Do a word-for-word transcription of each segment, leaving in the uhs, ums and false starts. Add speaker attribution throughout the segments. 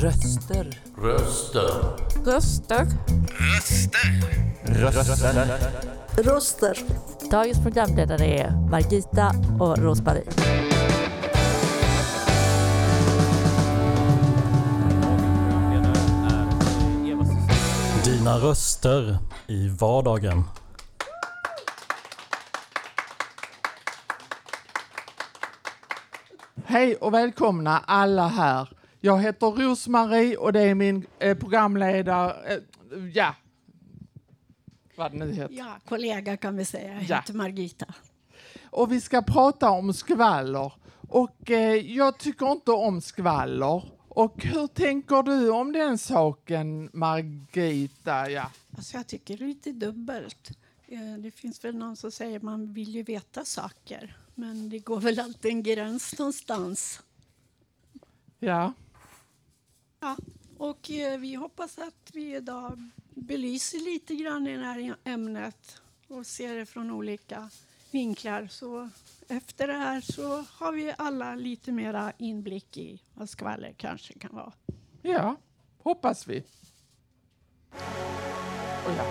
Speaker 1: Röster.
Speaker 2: Röster.
Speaker 3: Röster.
Speaker 2: Röster.
Speaker 1: Röster.
Speaker 3: Röster.
Speaker 1: Dagens programledare är Margita och Rosmarie.
Speaker 4: Dina röster i vardagen.
Speaker 5: Hej och välkomna alla här. Jag heter Rosmarie och det är min eh, programledare, eh, ja, vad det nu heter.
Speaker 3: Ja, kollega kan vi säga. Jag
Speaker 5: Ja.
Speaker 3: heter Margita.
Speaker 5: Och vi ska prata om skvaller. Och eh, jag tycker inte om skvaller. Och hur tänker du om den saken, Margita? Ja.
Speaker 3: Alltså jag tycker det är lite dubbelt. Eh, Det finns väl någon som säger att man vill ju veta saker. Men det går väl alltid en gräns någonstans.
Speaker 5: Ja.
Speaker 3: Ja, och eh, vi hoppas att vi idag belyser lite grann i det här ämnet och ser det från olika vinklar. Så efter det här så har vi alla lite mera inblick i vad skvaller kanske kan vara.
Speaker 5: Ja, hoppas vi. Och ja.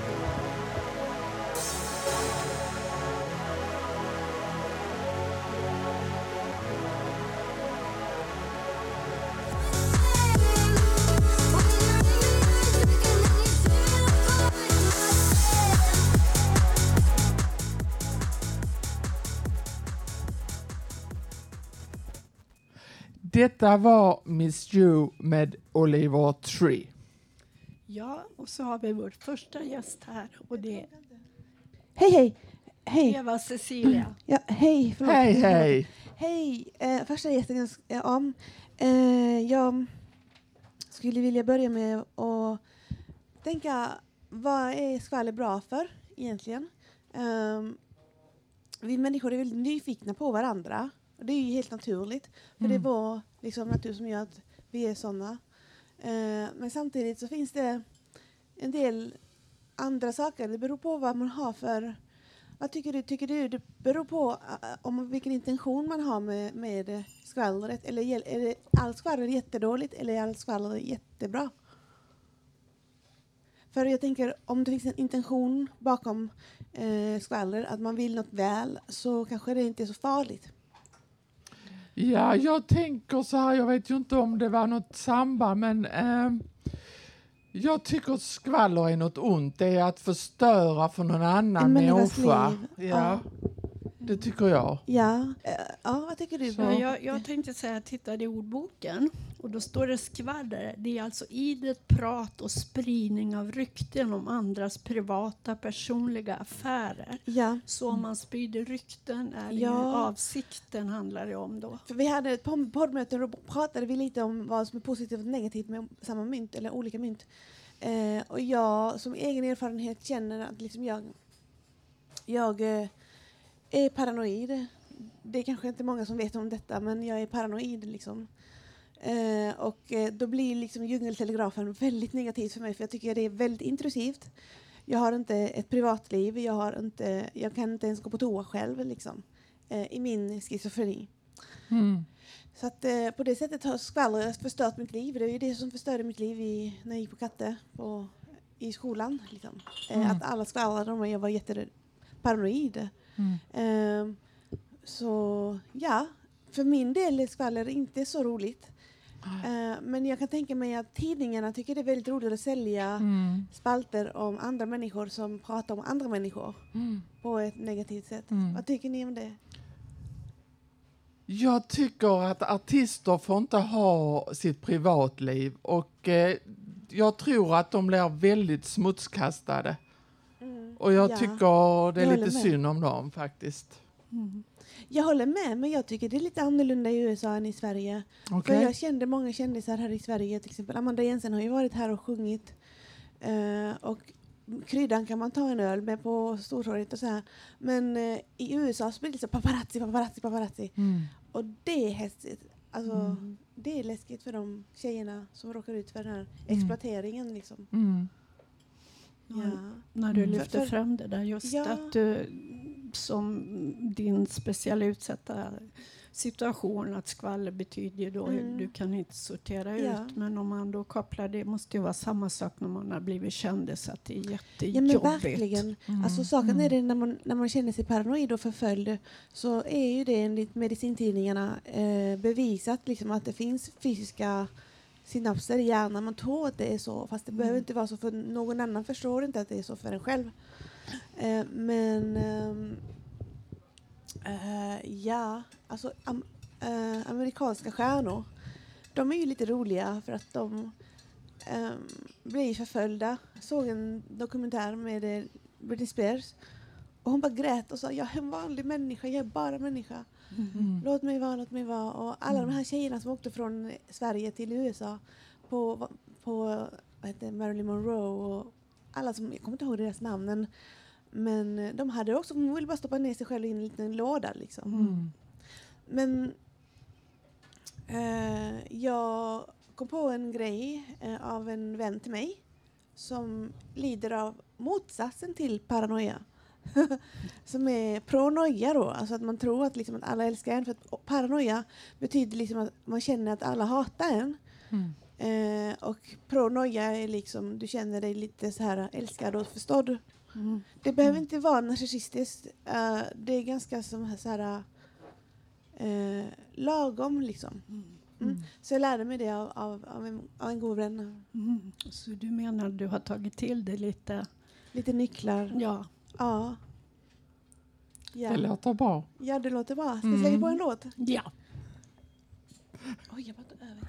Speaker 5: Detta var Miss You med Oliver Tree.
Speaker 3: Ja, och så har vi vår första gäst här och det är
Speaker 6: Hej, hej. Hej.
Speaker 3: Eva Cecilia.
Speaker 6: Ja, hej. Förlåt.
Speaker 5: Hej, hej.
Speaker 6: Hej. Eh, första gästen jag sk- eh, om. Eh, jag skulle vilja börja med att tänka, vad är skvaller bra för egentligen? Um, vi människor är väldigt nyfikna på varandra. Och det är ju helt naturligt. För
Speaker 5: Mm.
Speaker 6: det är vår liksom, natur som gör att vi är sådana. Uh, men samtidigt så finns det en del andra saker. Det beror på vad man har för... Vad tycker du? Tycker du det beror på uh, om vilken intention man har med, med skvallret? Eller är det allt skvaller jättedåligt eller är allt skvaller jättebra? För jag tänker, om det finns en intention bakom eh, skvaller, att man vill något väl, så kanske det inte är så farligt.
Speaker 5: Ja, jag tänker så här, jag vet ju inte om det var något samband, men eh, jag tycker skvaller är något ont. Det är att förstöra för någon annan
Speaker 6: En människas
Speaker 5: människa.
Speaker 6: liv.
Speaker 5: Ja,
Speaker 6: Ja.
Speaker 5: det tycker jag.
Speaker 6: Ja, eh, ja vad tycker du?
Speaker 5: Så.
Speaker 3: Ja, jag, jag tänkte säga, jag tittade i ordboken och då står det skvaller. Det är alltså idel prat och spridning av rykten om andras privata personliga affärer.
Speaker 6: Ja,
Speaker 3: Så om man sprider rykten är det ju
Speaker 6: Ja.
Speaker 3: avsikten handlar det om då.
Speaker 6: för vi hade ett pod- poddmöte och då pratade vi lite om vad som är positivt och negativt med samma mynt, eller olika mynt. Eh, och jag som egen erfarenhet känner att liksom jag, jag eh, är paranoid. Det är kanske inte många som vet om detta, men jag är paranoid liksom. Eh, och eh, då blir liksom djungeltelegrafen väldigt negativt för mig, för jag tycker det är väldigt intrusivt. Jag har inte ett privatliv, jag, har inte, jag kan inte ens gå på toa själv liksom, eh, i min schizofreni.
Speaker 5: Mm.
Speaker 6: Så att, eh, på det sättet har skvallret förstört mitt liv. Det är ju det som förstörde mitt liv i, när jag gick på katte på, i skolan. Liksom. Eh,
Speaker 5: Mm.
Speaker 6: Att alla skvallrade om mig, jag var jätteparanoid.
Speaker 5: Mm.
Speaker 6: Eh, så ja, för min del är skvaller inte så roligt. Eh, men jag kan tänka mig att tidningarna tycker det är väldigt roligt att sälja
Speaker 5: Mm.
Speaker 6: spalter om andra människor som pratar om andra människor
Speaker 5: Mm.
Speaker 6: på ett negativt sätt.
Speaker 5: Mm.
Speaker 6: Vad tycker ni om det?
Speaker 5: Jag tycker att artister får inte ha sitt privatliv och eh, jag tror att de blir väldigt smutskastade.
Speaker 6: Mm.
Speaker 5: Och jag
Speaker 6: Ja.
Speaker 5: tycker det är
Speaker 6: Jag håller
Speaker 5: lite
Speaker 6: med.
Speaker 5: synd om dem faktiskt.
Speaker 3: Mm.
Speaker 6: Jag håller med, men jag tycker det är lite annorlunda i U S A än i Sverige.
Speaker 5: Okej?
Speaker 6: För jag kände många kändisar här i Sverige, till exempel Amanda Jensen har ju varit här och sjungit. Eh, och Kryddan kan man ta en öl med på Stortorget och så här. Men eh, i U S A så blir det så paparazzi, paparazzi, paparazzi.
Speaker 5: Mm.
Speaker 6: Och det är häftigt. Alltså,
Speaker 5: Mm.
Speaker 6: det är läskigt för de tjejerna som råkar ut för den här exploateringen liksom.
Speaker 5: Mm.
Speaker 6: Ja.
Speaker 3: När du
Speaker 5: Mm.
Speaker 3: lyfter
Speaker 6: För-
Speaker 3: fram det där, just
Speaker 6: Ja.
Speaker 3: att du tips om din speciella utsatta situation, att skvaller betyder då
Speaker 6: Mm.
Speaker 3: du kan inte sortera
Speaker 6: Ja.
Speaker 3: ut. Men om man då kopplar det, måste ju vara samma sak när man har blivit känd, så att det är
Speaker 6: Ja,
Speaker 3: jättejobbigt.
Speaker 6: men verkligen.
Speaker 5: Mm.
Speaker 6: Alltså, saken
Speaker 5: Mm.
Speaker 6: är det när man, när man känner sig paranoid och förföljd, så är ju det enligt medicintidningarna eh, bevisat liksom, att det finns fysiska synapser i hjärnan. Man tror att det är så, fast det
Speaker 3: Mm.
Speaker 6: behöver inte vara så, för någon annan förstår inte att det är så för en själv. Eh, men ehm, eh, ja, alltså am, eh, amerikanska stjärnor, de är ju lite roliga för att de um, blir förföljda. Jag såg en dokumentär med eh, Britney Spears och hon bara grät och sa, jag är en vanlig människa, jag är bara människa.
Speaker 5: Mm.
Speaker 6: Låt mig vara, låt mig vara. Och alla de här tjejerna som åkte från Sverige till U S A på, på vad heter, Marilyn Monroe och alla som, jag kommer inte ihåg deras namn, men de hade också, de ville bara stoppa ner sig själv i en liten låda liksom.
Speaker 5: Mm.
Speaker 6: Men eh, jag kom på en grej eh, av en vän till mig som lider av motsatsen till paranoia. Som är pronoia då, alltså att man tror att, liksom, att alla älskar en, för att paranoia betyder liksom att man känner att alla hatar en.
Speaker 5: Mm.
Speaker 6: Eh, och pronoia är liksom, du känner dig lite så här älskad och förstådd.
Speaker 3: Mm.
Speaker 6: Det behöver inte vara narcissistiskt. Uh, det är ganska som här, så här uh, lagom liksom.
Speaker 3: Mm.
Speaker 6: Mm. Så jag lärde mig det av, av, av, en, av en god vän.
Speaker 3: Mm. Så du menar att du har tagit till det lite?
Speaker 6: Lite nycklar.
Speaker 3: Ja.
Speaker 6: Ja. Ja.
Speaker 5: Det låter bra.
Speaker 6: Ja, det låter bra. Ska vi
Speaker 5: Mm.
Speaker 6: lägga på en låt?
Speaker 3: Ja.
Speaker 6: Oj, jag bara över.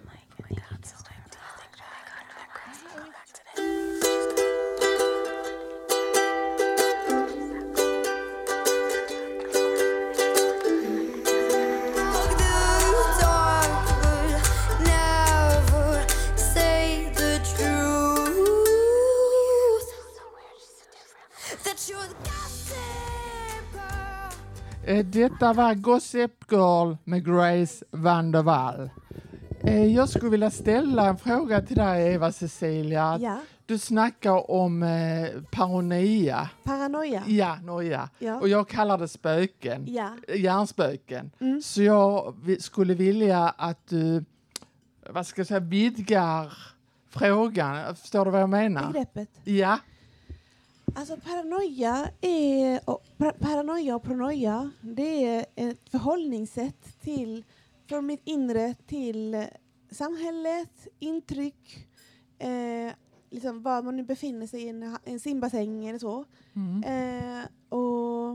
Speaker 5: Eh, Detta var Gossip Girl med Grace Van der Waal. Eh, Jag skulle vilja ställa en fråga till dig, Eva Cecilia.
Speaker 6: Ja.
Speaker 5: Du snackar om eh, paranoia.
Speaker 6: Paranoia.
Speaker 5: Ja, noja.
Speaker 6: Ja.
Speaker 5: Och jag kallar det spöken.
Speaker 6: Ja.
Speaker 5: Hjärnspöken.
Speaker 6: Mm.
Speaker 5: Så jag vi- skulle vilja att du, vad ska jag säga, vidgar frågan. Förstår du vad jag menar?
Speaker 6: Begreppet.
Speaker 5: Ja.
Speaker 6: Alltså paranoia är, och, pra- paranoia och pronoia, det är ett förhållningssätt till, från mitt inre till eh, samhället, intryck, eh, liksom var man nu befinner sig i en, ha- en simbassäng eller så.
Speaker 5: Mm.
Speaker 6: Eh, och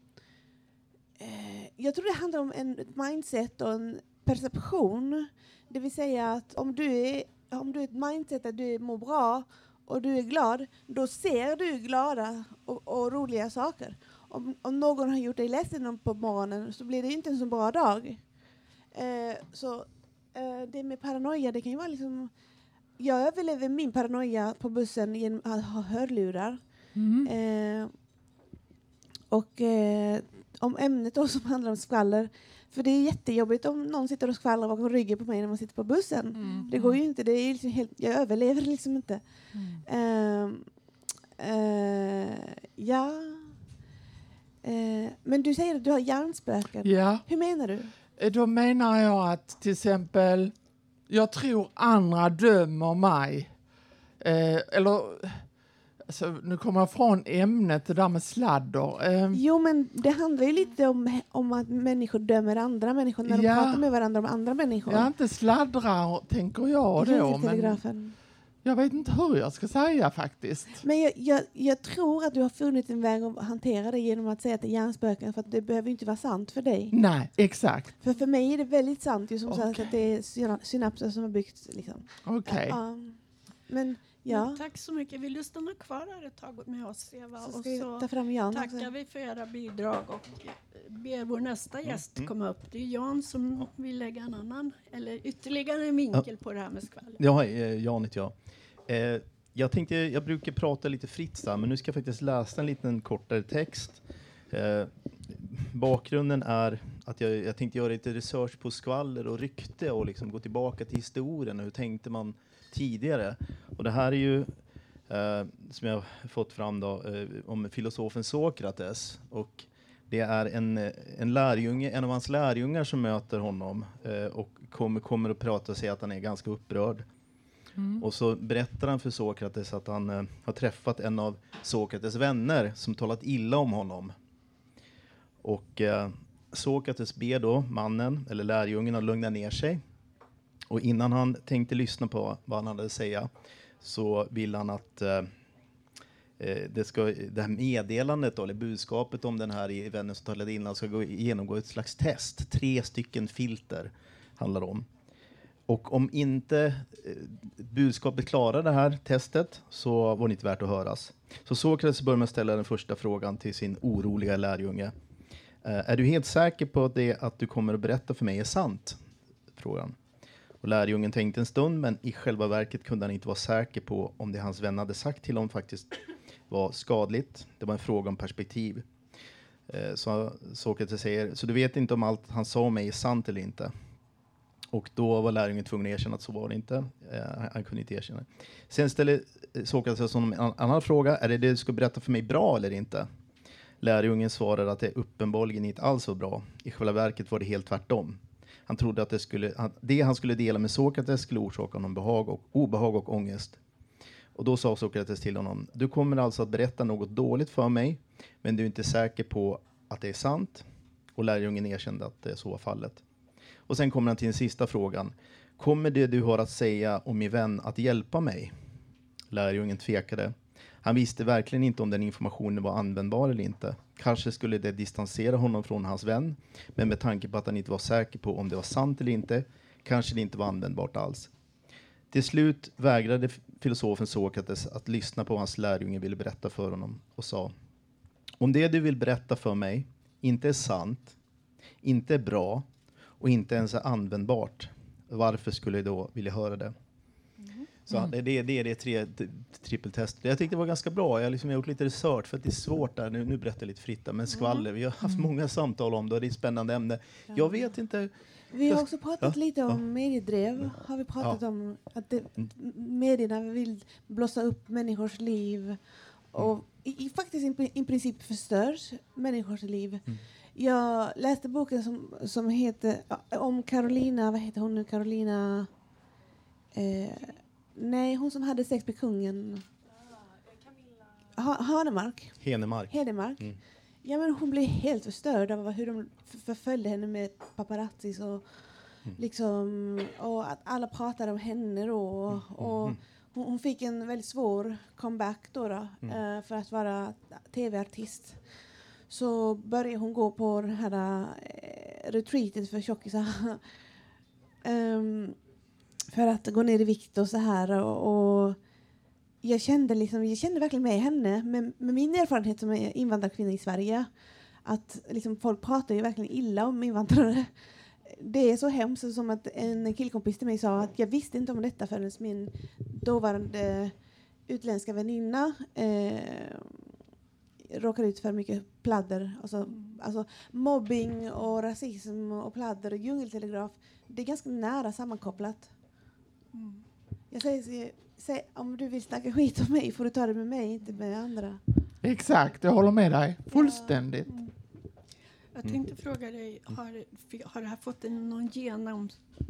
Speaker 6: eh, jag tror det handlar om en, ett mindset och en perception. Det vill säga att om du är, om du är ett mindset där du mår bra och du är glad, då ser du glada och, och roliga saker. Om, om någon har gjort dig ledsen på morgonen, så blir det inte en så bra dag. Eh, så eh, det med paranoia, det kan ju vara liksom, jag överlever min paranoia på bussen genom att ha hörlurar.
Speaker 5: Mm.
Speaker 6: Eh, och eh, om ämnet då som handlar om skvaller, för det är jättejobbigt om någon sitter och skvallrar bakom ryggen på mig när man sitter på bussen.
Speaker 5: Mm.
Speaker 6: Det går ju inte, det är liksom helt, jag överlever liksom inte.
Speaker 5: Mm.
Speaker 6: Eh, eh, ja. Eh, men du säger att du har hjärnspöken.
Speaker 5: Ja.
Speaker 6: Hur menar du?
Speaker 5: Eh, Då menar jag att till exempel jag tror andra dömer mig. Eh, eller alltså, nu kommer jag från ämnet, det där med sladder. Eh,
Speaker 6: Jo, men det handlar ju lite om, om att människor dömer andra människor när
Speaker 5: Ja.
Speaker 6: de pratar med varandra om andra människor.
Speaker 5: jag inte sladdrar, tänker jag då. Men
Speaker 6: Telegrafen.
Speaker 5: jag vet inte hur jag ska säga faktiskt.
Speaker 6: Men jag, jag, jag tror att du har funnit en väg att hantera det genom att säga att det är hjärnspöken, för att det behöver inte vara sant för dig.
Speaker 5: Nej, exakt.
Speaker 6: För för mig är det väldigt sant, ju som
Speaker 5: Okej.
Speaker 6: sagt, att det är syna- synapser som har byggts. Liksom.
Speaker 5: Okej.
Speaker 6: Ja, men ja,
Speaker 3: Men tack så mycket. Vill du stanna kvar här ett tag med oss, Eva?
Speaker 6: så
Speaker 3: Och
Speaker 6: ska vi
Speaker 3: så
Speaker 6: ta fram Jan.
Speaker 3: tackar vi för era bidrag och eh, ber vår nästa gäst
Speaker 2: mm.
Speaker 3: komma upp. Det är Jan som vill lägga en annan, eller ytterligare en vinkel på det här med skvaller.
Speaker 2: Ja, eh, Jan heter jag. Eh, jag tänkte, jag brukar prata lite fritt så här, men nu ska jag faktiskt läsa en liten kortare text. Eh, bakgrunden är att jag, jag tänkte göra lite research på skvaller och rykte och liksom gå tillbaka till historien och hur tänkte man tidigare. Och det här är ju, eh, som jag har fått fram då, eh, om filosofen Sokrates. Och Det är en, en lärjunge, en av hans lärjungar som möter honom eh, och kommer, kommer att prata och säga att han är ganska upprörd. Mm. Och så berättar han för Sokrates att han eh, har träffat en av Sokrates vänner som talat illa om honom. Och eh, Sokrates ber då mannen, eller lärjungen, att lugna ner sig. Och innan han tänkte lyssna på vad han hade att säga så vill han att eh, det, ska, det här meddelandet då, eller budskapet om den här vännen som talade innan ska gå, genomgå ett slags test. Tre stycken filter handlar om. Och om inte eh, budskapet klarar det här testet så var det inte värt att höras. Så Sokrates börjar med att ställa den första frågan till sin oroliga lärjunge. Eh, är du helt säker på att det att du kommer att berätta för mig är sant? Frågan. Och lärjungen tänkte en stund, men i själva verket kunde han inte vara säker på om det hans vän hade sagt till honom faktiskt var skadligt. Det var en fråga om perspektiv. Eh, så Sokrates säger, så du vet inte om allt han sa om mig är sant eller inte? Och då var lärjungen tvungen att erkänna att så var det inte. Eh, han kunde inte erkänna. Sen ställer Sokrates en annan fråga. Är det det du ska berätta för mig bra eller inte? Lärjungen svarar att det uppenbarligen inte alls var bra. I själva verket var det helt tvärtom. Han trodde att det, skulle, det han skulle dela med Sokrates skulle orsaka honom behag och, obehag och ångest. Och då sa Sokrates till honom, du kommer alltså att berätta något dåligt för mig, men du är inte säker på att det är sant. Och lärjungen erkände att det så var fallet. Och sen kommer han till den sista frågan. Kommer det du har att säga om min vän att hjälpa mig? Lärjungen tvekade. Han visste verkligen inte om den informationen var användbar eller inte. Kanske skulle det distansera honom från hans vän. Men med tanke på att han inte var säker på om det var sant eller inte. Kanske det inte var användbart alls. Till slut vägrade filosofen Sokrates att lyssna på vad hans lärjunge ville berätta för honom. Och sa. Om det du vill berätta för mig inte är sant. Inte är bra. Och inte ens är användbart. Varför skulle jag då vilja höra det? Mm. Så mm. det, det, det är det tre trippeltestet. Jag tyckte det var ganska bra. Jag har liksom gjort lite research för att det är svårt där. Nu, nu berättar jag lite fritt där. Men skvaller. Vi har haft mm. många samtal om det och det är ett spännande ämne. Ja. Jag vet inte.
Speaker 6: Vi har också pratat
Speaker 2: ja.
Speaker 6: lite om
Speaker 2: ja.
Speaker 6: mediedrev. Har vi pratat ja. om att det, medierna vill blåsa upp människors liv. Och mm. i, i, faktiskt i, i princip förstörs människors liv. Mm. Jag läste boken som, som heter om Carolina, vad heter hon nu? Carolina eh, nej, hon som hade sex med kungen. Ha, Hanemark.
Speaker 2: Henemark.
Speaker 6: Henemark. Mm. Ja, men hon blev helt förstörd av hur de förföljde henne med paparazzis och mm. liksom och att alla pratade om henne då mm. och hon, hon fick en väldigt svår comeback då, då mm. eh, för att vara tv-artist. Så började hon gå på det här eh, retreatet för tjockisar. um, för att gå ner i vikt och så här. Och, och jag kände liksom, jag kände verkligen med henne. Med, med min erfarenhet som är invandrarkvinna i Sverige. Att liksom, folk pratar ju verkligen illa om invandrare. Det är så hemskt som att en killkompis till mig sa att jag visste inte om detta förrän min dåvarande utländska väninna eh, råkar ut för mycket pladder. Alltså, mm. alltså mobbing och rasism och pladder och djungeltelegraf. Det är ganska nära sammankopplat. Mm. Jag säger, säg, om du vill snacka skit om mig får du ta det med mig, inte med andra.
Speaker 5: Exakt, jag håller med dig. Fullständigt. Ja.
Speaker 3: Mm. Jag tänkte fråga dig, har, har det här fått en, någon genom...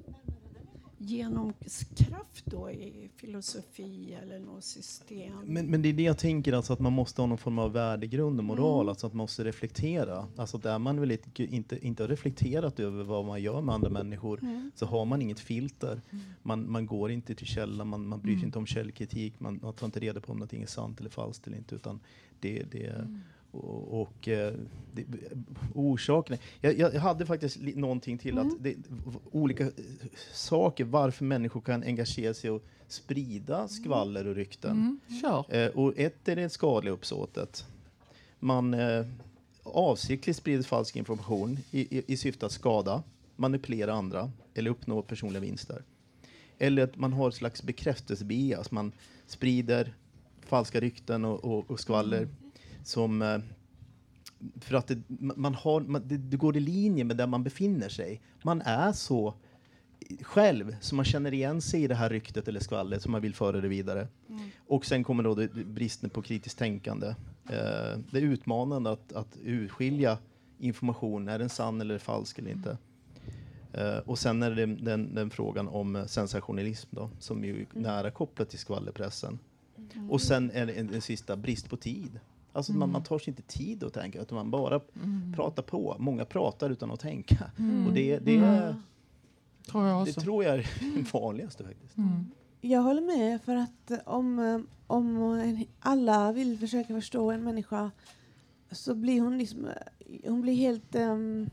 Speaker 3: genomkraft då i filosofi eller något system.
Speaker 2: Men, men det är det jag tänker, alltså, att man måste ha någon form av värdegrund och moral,
Speaker 3: mm.
Speaker 2: alltså att man måste reflektera. Alltså där man väl inte, inte, inte har reflekterat över vad man gör med andra människor mm. så har man inget filter. Mm. Man, man går inte till källan, man, man bryr sig mm. inte om källkritik, man, man tar inte reda på om någonting är sant eller falskt eller inte, utan det, det mm. och, och eh, det, orsakerna. Jag, jag hade faktiskt li, någonting till mm. att det, olika saker varför människor kan engagera sig och sprida skvaller och rykten.
Speaker 5: Mm. Sure.
Speaker 2: Eh, och ett är det skadliga uppsåtet. Man eh, avsiktligt sprider falsk information i, i, i syfte att skada, manipulera andra eller uppnå personliga vinster. Eller att man har ett slags bekräftelsebias. Man sprider falska rykten och, och, och skvaller mm. som för att det, man har, man, det, det går i linje med där man befinner sig. Man är så själv så man känner igen sig i det här ryktet eller skvallret som man vill föra det vidare. Mm. Och sen kommer då det, bristen på kritiskt tänkande. Eh, det är utmanande att, att urskilja information, är den sann eller falsk eller inte? Uh, och sen är det den, den frågan om sensationalism då, som är ju mm. nära kopplat till skvallerpressen. Mm. Och sen är det en, en sista brist på tid. Alltså mm. man, man tar sig inte tid att tänka, utan man bara mm. pratar på. Många pratar utan att tänka. Mm. Och det, det, mm.
Speaker 5: tror jag
Speaker 2: det tror jag är det vanligaste faktiskt.
Speaker 6: Mm. Jag håller med, för att om, om en, alla vill försöka förstå en människa, så blir hon liksom, hon blir helt um,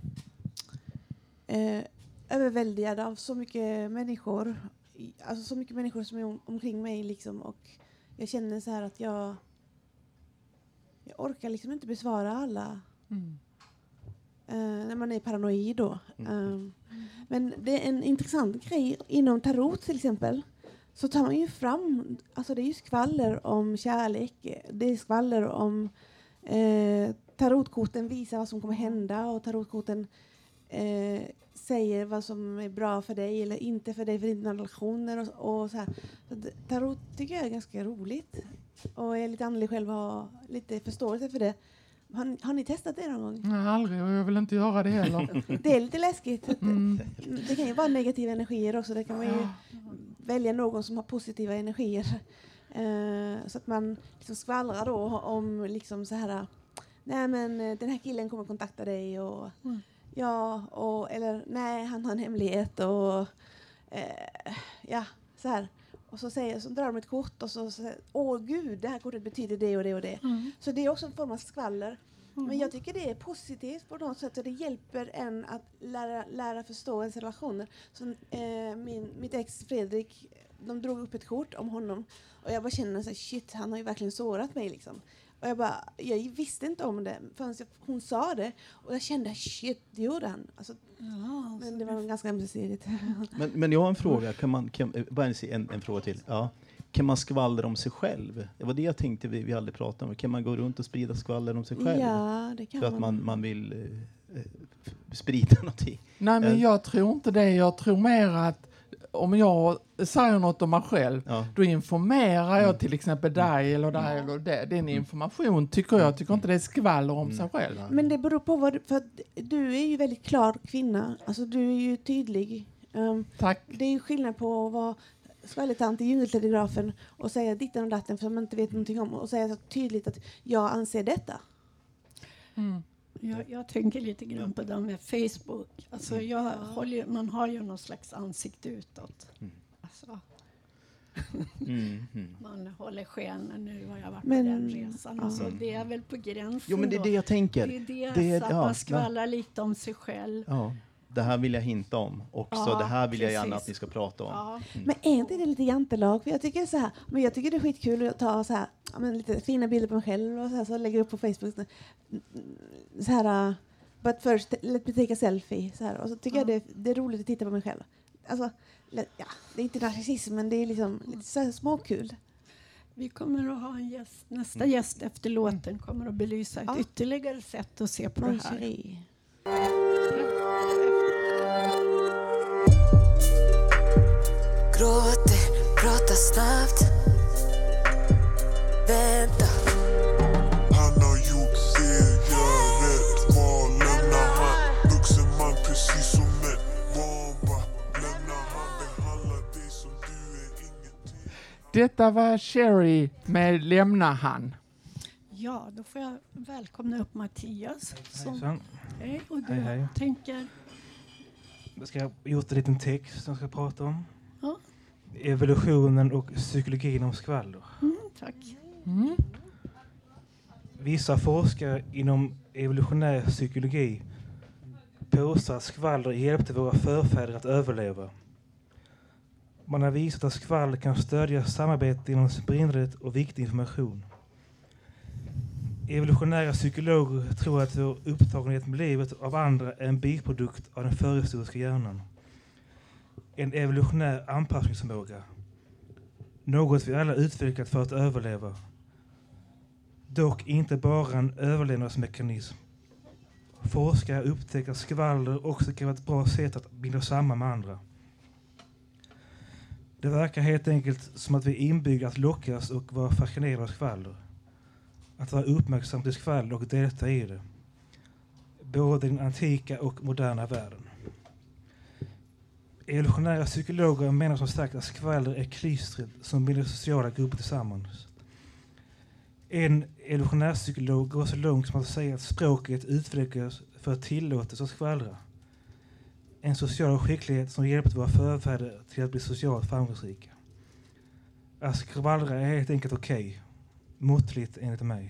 Speaker 6: eh, överväldigad av så mycket människor. Alltså så mycket människor som är om, omkring mig liksom, och jag känner så här att jag jag orkar liksom inte besvara alla. Mm. Uh, när man är paranoid då. Mm. Um, men det är en intressant grej inom tarot till exempel. Så tar man ju fram, alltså det är ju skvaller om kärlek. Det är skvaller om eh, tarotkorten visar vad som kommer hända, och tarotkorten eh, säger vad som är bra för dig eller inte för dig för dina relationer och, och så här. Så tarot tycker jag är ganska roligt. Och jag är lite andlig själv och har lite förståelse för det. Har ni, har ni testat det någon gång?
Speaker 5: Nej, aldrig, och jag vill inte göra det heller.
Speaker 6: Det är lite läskigt. Mm. Det kan ju vara negativa energier också. Det kan man ju ja. välja någon som har positiva energier. Uh, så att man liksom skvallrar då om liksom så här, nej men den här killen kommer kontakta dig och mm. ja, och eller nej, han har en hemlighet och uh, ja, så här. Och så säger så drar de ett kort och så säger, åh gud, det här kortet betyder det och det och det. Mm. Så det är också en form av skvaller. Mm. Men jag tycker det är positivt på något sätt, och det hjälper en att lära, lära förstå ens relationer. Så, eh, min, mitt ex Fredrik, de drog upp ett kort om honom och jag bara kände så här, shit, han har ju verkligen sårat mig liksom. Och jag bara, jag visste inte om det förrän hon sa det, och jag kände shit, det gjorde han. Alltså, ja, men det var ganska ömsesidigt.
Speaker 2: men, men jag har en fråga, kan man, kan, bara en, en fråga till. Ja. Kan man skvallra om sig själv? Det var det jag tänkte vi, vi aldrig pratade om. Kan man gå runt och sprida skvaller om sig själv?
Speaker 6: Ja, det kan
Speaker 2: för
Speaker 6: man.
Speaker 2: att man, man vill eh, sprida någonting.
Speaker 5: Nej, men jag tror inte det. Jag tror mer att om jag säger något om mig själv, ja. då informerar jag mm. till exempel dig eller dig mm. eller det. Det är en information, tycker jag. Tycker inte det är skvaller om mm. sig själv.
Speaker 6: Men det beror på vad du, för att du är ju väldigt klar kvinna. Alltså du är ju tydlig. Um,
Speaker 5: Tack.
Speaker 6: Det är ju skillnad på vad skvallertant i djungeltelegrafen och säga ditten och datten för man inte vet någonting om, och säga så tydligt att jag anser detta.
Speaker 3: Mm. Jag, jag tänker lite grann på det med Facebook. Alltså jag ja. håller, man har ju någon slags ansikte utåt. Mm. Alltså. Mm, mm. Man håller skenet, nu har jag varit men, på den resan. Alltså, mm. det är väl på gränsen.
Speaker 2: Jo, men det är det jag tänker.
Speaker 3: Det är det, det är, så att ja, man skvallrar ja. lite om sig själv.
Speaker 2: Ja. Det här vill jag hinta om också. Ja, det här vill precis. jag gärna att ni ska prata om. Ja.
Speaker 6: Mm. Men är inte det lite jantelag? För jag tycker så här, men jag tycker det är skitkul att ta så här, men lite fina bilder på mig själv och så här, så lägger upp på Facebook så här, but first let me take a selfie så här, och så tycker ja. jag det, det är roligt att titta på mig själv. Alltså, ja, det är inte narcissism, men det är liksom lite så här småkul.
Speaker 3: Vi kommer att ha en gäst, nästa mm. gäst efter låten kommer att belysa ett ja. ytterligare sätt att se på bon det här.
Speaker 6: Chérie.
Speaker 7: Gråter, pratar snabbt. Vänta. Han har gjort fel, gör rätt val. Lämnar han, vuxen man precis som ett barn. Lämnar han, behandlar dig som du är ingenting.
Speaker 5: Detta var Sherry med Lämna han.
Speaker 3: Ja, då får jag välkomna upp Mattias.
Speaker 8: Som,
Speaker 3: hej, och du
Speaker 8: hej, hej.
Speaker 3: tänker...
Speaker 8: Jag ska gjort en liten text som jag ska prata om.
Speaker 3: Ja.
Speaker 8: Evolutionen och psykologin om skvaller.
Speaker 3: Mm, tack.
Speaker 5: Mm.
Speaker 8: Vissa forskare inom evolutionär psykologi påstår att skvaller hjälpte våra förfäder att överleva. Man har visat att skvaller kan stödja samarbete inom sprindret och viktig information. Evolutionära psykologer tror att vår upptagenhet med livet av andra är en biprodukt av den förhistoriska hjärnan. En evolutionär anpassningsförmåga. Något vi alla utvecklat för att överleva. Dock inte bara en överlevnadsmekanism. Forskare upptäcker att skvaller också kan vara ett bra sätt att binda samman med andra. Det verkar helt enkelt som att vi är inbyggda att lockas och vara fascinerade av skvaller. Att vara uppmärksam till skvaller och delta i det. både den antika och moderna världen. Evolutionära psykologer menar som sagt att skvaller är klistret som binder sociala grupper tillsammans. En evolutionär psykolog går så långt som att säga att språket utvecklas för att tillåtas att skvallra. En social skicklighet som hjälpt våra förfäder till att bli socialt framgångsrika. Att skvallra är helt enkelt okej. Okay. Måttligt enligt mig.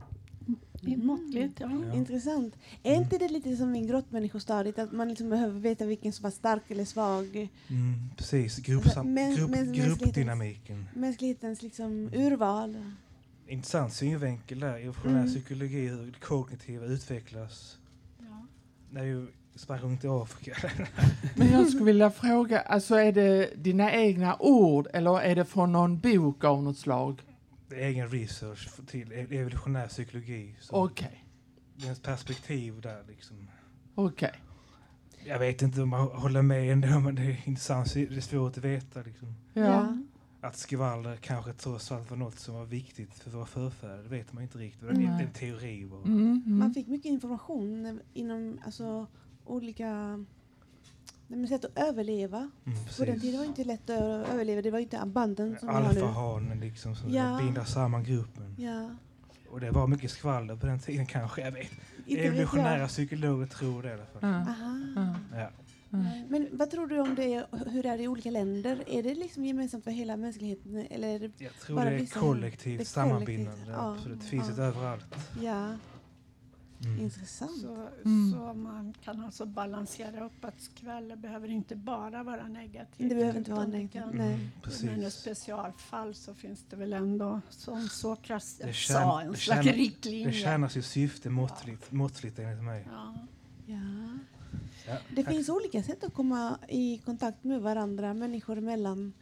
Speaker 3: Mm. Måttligt, ja.
Speaker 8: Ja.
Speaker 6: Intressant. Är inte det lite som i grottmänniskostadiet att man liksom behöver veta vilken som var stark eller svag?
Speaker 8: Mm, precis, gruppsam,
Speaker 6: Men-
Speaker 8: grupp,
Speaker 6: men-
Speaker 8: gruppdynamiken.
Speaker 6: Mänsklighetens liksom urval.
Speaker 8: Intressant synvinkel där. Evolutionär
Speaker 6: Mm.
Speaker 8: psykologi, hur det kognitiva utvecklas.
Speaker 3: Ja.
Speaker 8: Det är ju sprang runt i Afrika.
Speaker 5: Men jag skulle vilja fråga, alltså är det dina egna ord eller är det från någon bok av något slag?
Speaker 8: Det är egen research för- till e- evolutionär psykologi. Så
Speaker 5: Okej,
Speaker 8: det är ett perspektiv där liksom.
Speaker 5: okej.
Speaker 8: Jag vet inte om man håller med ändå, men det är intressant. Det är svårt att veta liksom.
Speaker 5: Ja.
Speaker 8: Att skvaller kanske trots allt var något som var viktigt för våra förfäder. Det vet man inte riktigt. Det är en,
Speaker 5: Nej.
Speaker 8: en teori bara.
Speaker 5: Mm,
Speaker 6: Man
Speaker 5: mm.
Speaker 6: fick mycket information inom alltså, olika nej, men sätt att överleva.
Speaker 8: Mm,
Speaker 6: På den tiden var det inte lätt att överleva. Det var inte abundant som vi har nu.
Speaker 8: Alfahanen liksom som
Speaker 6: Ja.
Speaker 8: binder samman gruppen.
Speaker 6: Ja.
Speaker 8: Och det var mycket skvaller på den tiden kanske. Jag vet.
Speaker 6: Inte vet
Speaker 8: Evolutionära
Speaker 6: jag.
Speaker 8: psykologer tror det i alla fall.
Speaker 5: Ja.
Speaker 6: Aha.
Speaker 5: Ja.
Speaker 8: Ja.
Speaker 5: Ja.
Speaker 6: Men vad tror du om det, hur är det i olika länder? Är det liksom gemensamt för hela mänskligheten? Eller är det,
Speaker 8: Jag tror
Speaker 6: Bara
Speaker 8: det är
Speaker 6: vissa-
Speaker 8: kollektivt
Speaker 6: det är
Speaker 8: sammanbindande.
Speaker 6: kollektivt, ja.
Speaker 8: Absolut. Det finns
Speaker 6: Ja.
Speaker 8: det överallt.
Speaker 6: ja,
Speaker 8: Mm.
Speaker 6: intressant.
Speaker 3: Så,
Speaker 5: Mm.
Speaker 3: så man kan alltså balansera upp att skvaller behöver inte bara vara negativt.
Speaker 6: Det behöver inte vara
Speaker 3: utan det
Speaker 6: negativt.
Speaker 3: kan-
Speaker 6: Nej.
Speaker 8: Mm,
Speaker 3: Men i
Speaker 8: precis.
Speaker 3: specialfall så finns det väl ändå, som Sokrates
Speaker 8: Det
Speaker 3: sa,
Speaker 8: tjän-
Speaker 3: en
Speaker 8: det
Speaker 3: slags
Speaker 8: tjänar-
Speaker 3: riktlinje.
Speaker 8: Det tjänar sitt syfte måttligt, måttligt enligt mig.
Speaker 3: Ja.
Speaker 6: Ja.
Speaker 8: Ja.
Speaker 6: Det finns olika sätt att komma i kontakt med varandra, människor emellan.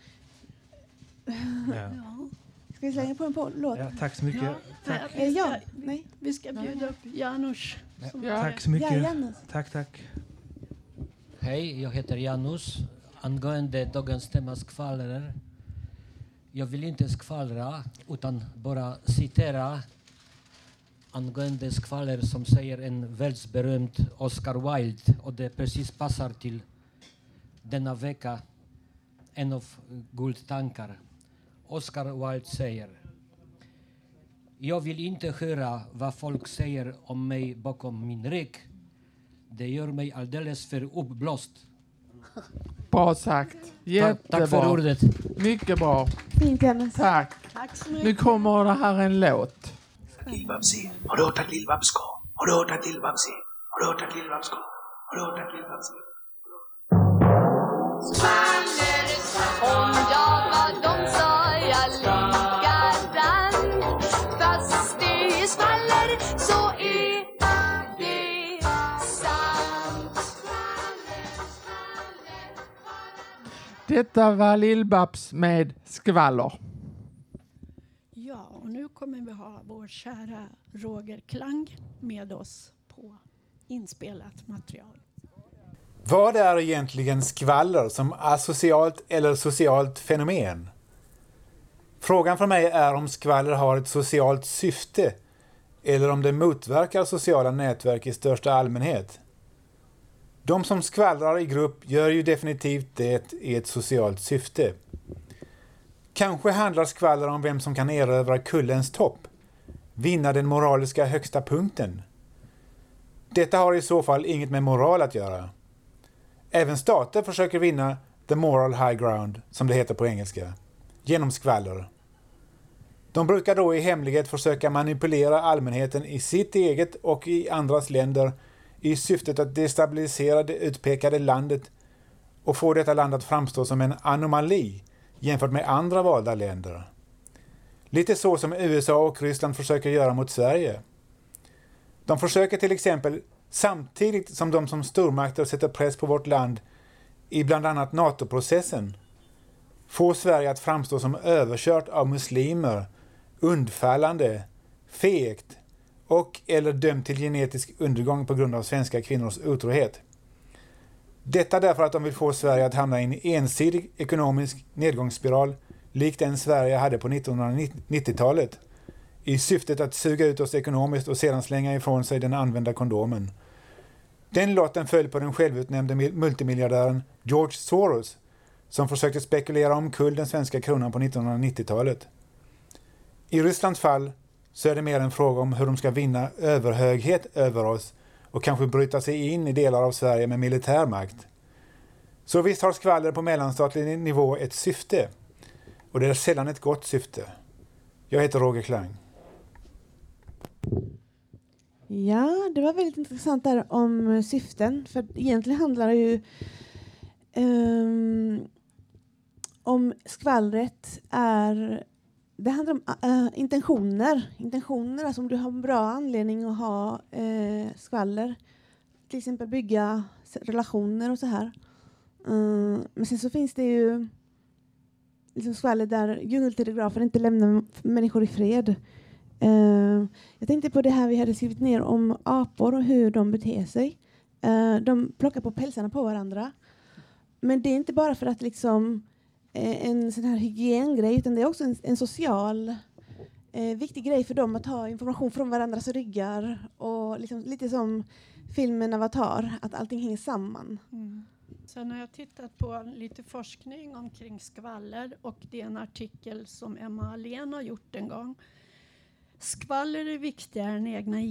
Speaker 8: Ja.
Speaker 3: Ja.
Speaker 6: Ska vi slänga på en på låt?
Speaker 8: Ja, tack så mycket.
Speaker 3: Ja.
Speaker 8: Tack.
Speaker 6: Är det jag? Nej.
Speaker 3: Vi ska bjuda upp Janusz.
Speaker 8: Ja.
Speaker 3: som
Speaker 5: Ja.
Speaker 3: är-
Speaker 8: Tack så mycket.
Speaker 6: Ja, Janus.
Speaker 8: Tack, tack.
Speaker 9: Hej, jag heter Janus. Angående dagens tema skvallrar. Jag vill inte skvallra utan bara citera angående skvaller som säger en världsberömd Oscar Wilde, och det precis passar till denna vecka, en av guldtankar. Oscar Wilde säger: jag vill inte höra vad folk säger om mig bakom min rygg. Det gör mig alldeles för uppblåst.
Speaker 5: Bra sagt.
Speaker 9: Tack,
Speaker 5: Jättebra.
Speaker 9: tack för ordet.
Speaker 5: Mycket bra.
Speaker 6: Fint, Janus.
Speaker 5: Tack.
Speaker 3: Tack så
Speaker 5: Nu
Speaker 3: mycket.
Speaker 5: kommer det här en låt.
Speaker 10: Lill-Babsi, har du hört att Lill-Babs ska? Har du hört att Lill-Babsi? Har du hört att Lill-Babs ska? Har du hört att Lill-Babsi?
Speaker 11: Om jag var dem sa jag likadan. Fast det svaller så är det sant.
Speaker 5: Detta var Lill-Babs med Skvaller.
Speaker 3: Ja, och nu kommer vi ha vår kära Roger Klang med oss på inspelat material.
Speaker 12: Vad är egentligen skvaller som asocialt eller socialt fenomen? Frågan för mig är om skvaller har ett socialt syfte eller om det motverkar sociala nätverk i största allmänhet. De som skvallrar i grupp gör ju definitivt det i ett socialt syfte. Kanske handlar skvaller om vem som kan erövra kullens topp, vinna den moraliska högsta punkten. Detta har i så fall inget med moral att göra. Även stater försöker vinna the moral high ground, som det heter på engelska, genom skvaller. De brukar då i hemlighet försöka manipulera allmänheten i sitt eget och i andras länder i syftet att destabilisera det utpekade landet och få detta land att framstå som en anomali jämfört med andra valda länder. Lite så som U S A och Ryssland försöker göra mot Sverige. De försöker till exempel, samtidigt som de som stormakter sätter press på vårt land i bland annat NATO-processen, få Sverige att framstå som överkört av muslimer, undfallande, fegt och eller dömt till genetisk undergång på grund av svenska kvinnors otrohet. Detta därför att de vill få Sverige att hamna i en ensidig ekonomisk nedgångsspiral likt den Sverige hade på nittonhundranittiotalet i syftet att suga ut oss ekonomiskt och sedan slänga ifrån sig den använda kondomen. Den lotten föll på den självutnämnde multimiljardären George Soros som försökte spekulera omkull den svenska kronan på nittonhundranittiotalet. I Rysslands fall så är det mer en fråga om hur de ska vinna överhöghet över oss och kanske bryta sig in i delar av Sverige med militärmakt. Så visst har skvaller på mellanstatlig nivå ett syfte. Och det är sällan ett gott syfte. Jag heter Roger Klang.
Speaker 6: Ja, det var väldigt intressant där om syften. För egentligen handlar det ju um, om skvallret är... Det handlar om uh, intentioner. Intentioner, alltså om du har en bra anledning att ha uh, skvaller. Till exempel bygga relationer och så här. Uh, men sen så finns det ju liksom skvaller där djungeltelegrafer inte lämnar människor i fred. Uh, jag tänkte på det här vi hade skrivit ner om apor och hur de beter sig. Uh, de plockar på pälsarna på varandra. Men det är inte bara för att liksom en sån här hygiengrej, utan det är också en, en social eh, viktig grej för dem att ha information från varandras ryggar och liksom, lite som filmen Avatar, att allting hänger samman.
Speaker 3: Mm. Sen har jag tittat på lite forskning omkring skvaller och det är en artikel som Emma Ahlén har gjort en gång. Skvaller är viktigare än egna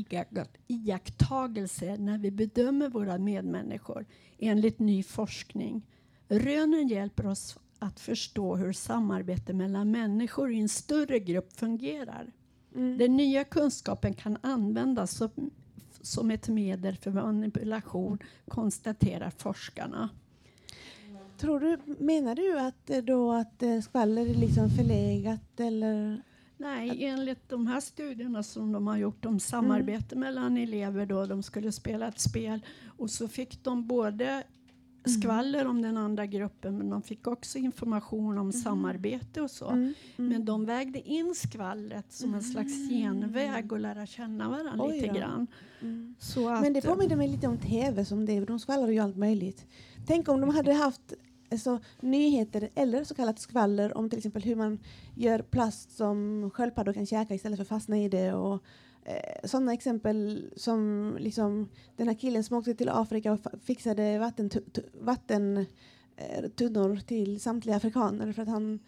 Speaker 3: iakttagelser när vi bedömer våra medmänniskor enligt ny forskning. Rönen hjälper oss att förstå hur samarbete mellan människor i en större grupp fungerar. Mm. Den nya kunskapen kan användas som, som ett medel för manipulation, konstaterar forskarna.
Speaker 6: Tror du, menar du att, då att skvaller är liksom förlegat? Eller?
Speaker 3: Nej, enligt de här studierna som de har gjort om samarbete mm. mellan elever då de skulle spela ett spel och så fick de både skvaller om den andra gruppen, men de fick också information om mm. samarbete och så. Mm. Mm. Men de vägde in skvallret som mm. en slags genväg och lära känna varandra
Speaker 6: Oj,
Speaker 3: lite
Speaker 6: ja.
Speaker 3: grann.
Speaker 6: Mm.
Speaker 3: Så att,
Speaker 6: men det påminner mig lite om tv som det, de skvallrar ju allt möjligt. Tänk om de hade haft alltså, nyheter eller så kallat skvaller om till exempel hur man gör plast som sköldpaddor kan käka istället för fastna i det och sådana exempel som liksom den här killen som åkte till Afrika och fixade vattentunnor vatten, eh, till samtliga afrikaner för att han,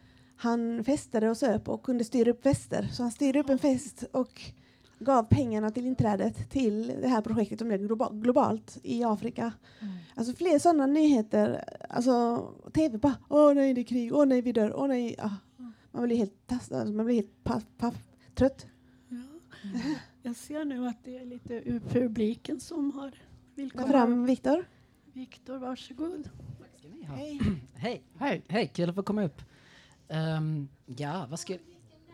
Speaker 6: han festade och söp och kunde styra upp fester. Så han styrde upp en fest och gav pengarna till inträdet till det här projektet som är globa- globalt i Afrika. Mm. Alltså fler sådana nyheter. Alltså tv bara, åh nej det är krig, åh nej vi dör, åh nej. Ah. Man blir helt, tass- man blir helt paff, paff, trött.
Speaker 3: Mm. Jag ser nu att det är lite ur publiken som har vill komma
Speaker 6: fram. Viktor?
Speaker 3: Viktor, varsågod.
Speaker 13: Tack ska ni ha.
Speaker 6: Hej.
Speaker 13: Hej. Hej. Hej, kul att få komma upp. Um, ja, vad ska...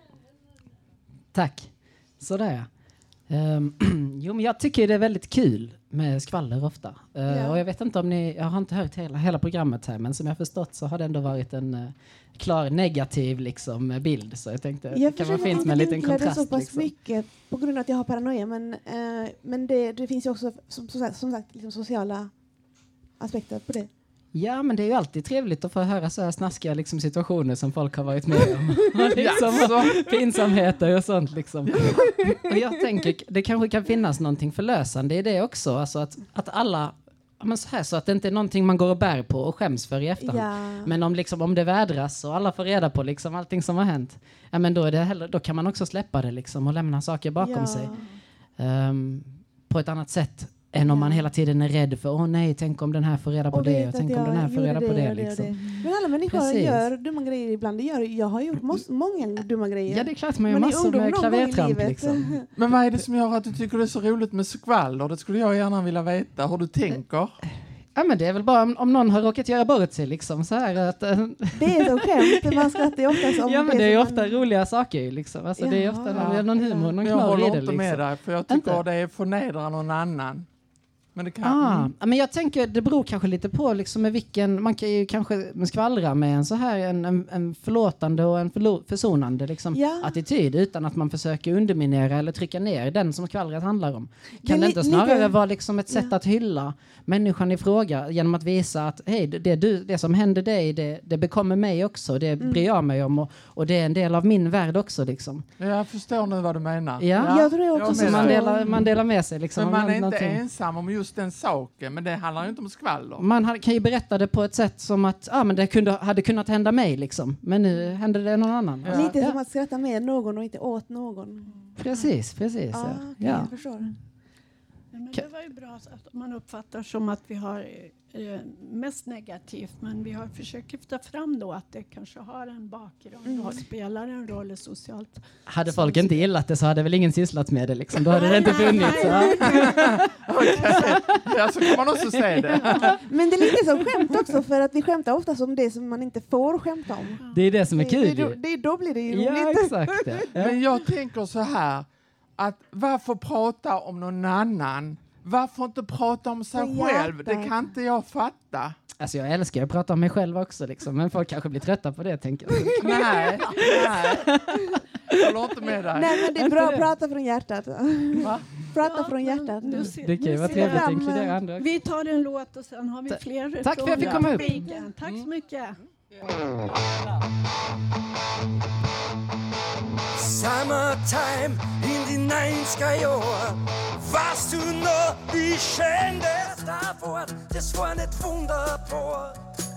Speaker 13: Tack. Sådär. Um, jo, men jag tycker det är väldigt kul med skvaller ofta. Uh, ja. Och jag vet inte om ni... Jag har inte hört hela, hela programmet här, men som jag förstått så har det ändå varit en uh, klar negativ liksom, bild. Så jag tänkte
Speaker 6: jag
Speaker 13: det kan vara fint med en liten kontrast.
Speaker 6: Det så pass
Speaker 13: liksom.
Speaker 6: mycket på grund av att jag har paranoia, men, uh, men det, det finns ju också som, som sagt, som sagt liksom sociala aspekter på det.
Speaker 13: Ja, men det är ju alltid trevligt att få höra så här snaskiga liksom, situationer som folk har varit med om. Och liksom, och pinsamheter och sånt. Liksom. Och jag tänker, det kanske kan finnas någonting förlösande i det också. Alltså att, att alla, men så, här, så att det inte är någonting man går och bär på och skäms för i efterhand. Ja. Men om, liksom, om det vädras och alla får reda på liksom, allting som har hänt, ja, men då, är det heller, då kan man också släppa det liksom, och lämna saker bakom ja. sig. Um, på ett annat sätt. Än om man hela tiden är rädd för, åh nej, tänk om den här får reda på och det, och tänk om den här får reda det, på det. det, liksom. det.
Speaker 6: Men alla människor Precis. gör dumma grejer ibland. Det gör, jag har gjort mås- många dumma grejer.
Speaker 13: Ja, det är klart, man gör massor med klavertramp. Liksom.
Speaker 5: Men vad är det som gör att du tycker det är så roligt med skvaller? Det skulle jag gärna vilja veta, hur du tänker.
Speaker 13: Ja, men det är väl bara om, om någon har råkat göra bort sig liksom så här att... Äh,
Speaker 6: det är så skämt, man skrattar ju ofta om
Speaker 13: ja, men det, det är ofta
Speaker 6: man...
Speaker 13: roliga saker liksom. Alltså, det är ofta ja, någon humor, någon
Speaker 5: jag
Speaker 13: knorr i det.
Speaker 5: Jag håller inte
Speaker 13: liksom.
Speaker 5: med dig, för jag tycker inte. Det är förnedra någon annan. Men det kan...
Speaker 13: Ah, men jag tänker, det beror kanske lite på liksom med vilken, man kan ju kanske skvallra med en så här en, en, en förlåtande och en förlo- försonande liksom, ja. attityd utan att man försöker underminera eller trycka ner den som skvallret handlar om. Kan det, det inte snarare lite... vara liksom ett sätt ja. att hylla människan i fråga genom att visa att hej, det, det, det som händer dig, det, det bekommer mig också, det mm. bryr jag mig om och, och det är en del av min värld också liksom.
Speaker 5: Jag förstår nu vad du menar.
Speaker 13: Ja,
Speaker 6: ja. Jag tror också
Speaker 13: jag så man delar, man delar med sig liksom.
Speaker 5: Men man är
Speaker 13: någonting.
Speaker 5: inte ensam om just just den saken, men det handlar ju inte om skvaller.
Speaker 13: Man ha- kan ju berätta det på ett sätt som att ah, men det kunde, hade kunnat hända mig liksom. Men nu hände det någon annan.
Speaker 6: Ja. Lite som att skratta med någon och inte åt någon.
Speaker 13: Precis, precis.
Speaker 6: Ja,
Speaker 13: Ja,
Speaker 6: okay,
Speaker 13: ja.
Speaker 6: jag förstår.
Speaker 3: Nej, men det var ju bra att man uppfattar som att vi har eh, mest negativt, men vi har försökt lyfta fram då att det kanske har en bakgrund
Speaker 6: Mm.
Speaker 3: och spelar en roll socialt.
Speaker 13: Hade folk inte gillat det så hade väl ingen sysslat med det liksom. Då hade det inte funnits. Ja.
Speaker 5: Ja, så kan man också säga det.
Speaker 6: Men det är lite som skämt också, för att vi skämtar ofta om det som man inte får skämta om.
Speaker 13: Det är det som är kul.
Speaker 6: Det, det, det, då blir det ju
Speaker 13: Ja,
Speaker 6: roligt.
Speaker 13: exakt. Ja.
Speaker 5: Men jag tänker så här, att varför prata om någon annan? Varför inte prata om sig
Speaker 6: För
Speaker 5: själv?
Speaker 6: hjärtat.
Speaker 5: Det kan inte jag fatta.
Speaker 13: Alltså jag älskar att prata om mig själv också liksom. Men folk kanske blir trötta på det, tänker jag.
Speaker 5: Nej, nej. Jag håller inte med dig.
Speaker 6: Nej, men det är
Speaker 13: Inte
Speaker 6: bra
Speaker 13: det.
Speaker 6: att prata från hjärtat.
Speaker 5: Va?
Speaker 6: Prata
Speaker 3: Ja,
Speaker 6: från
Speaker 3: men
Speaker 6: hjärtat.
Speaker 3: du ser-
Speaker 13: Det kan ju
Speaker 3: nu
Speaker 13: vara
Speaker 3: ser
Speaker 13: trevligt att
Speaker 3: jag-
Speaker 13: inkludera andra.
Speaker 3: Vi tar en låt och sen har vi fler.
Speaker 13: Tack för att jag fick
Speaker 3: från
Speaker 13: komma upp.
Speaker 3: publiken. Tack så mycket.
Speaker 14: Summertime in de nænska år. Warst du når vi kändes davor, das war nicht wunderbar.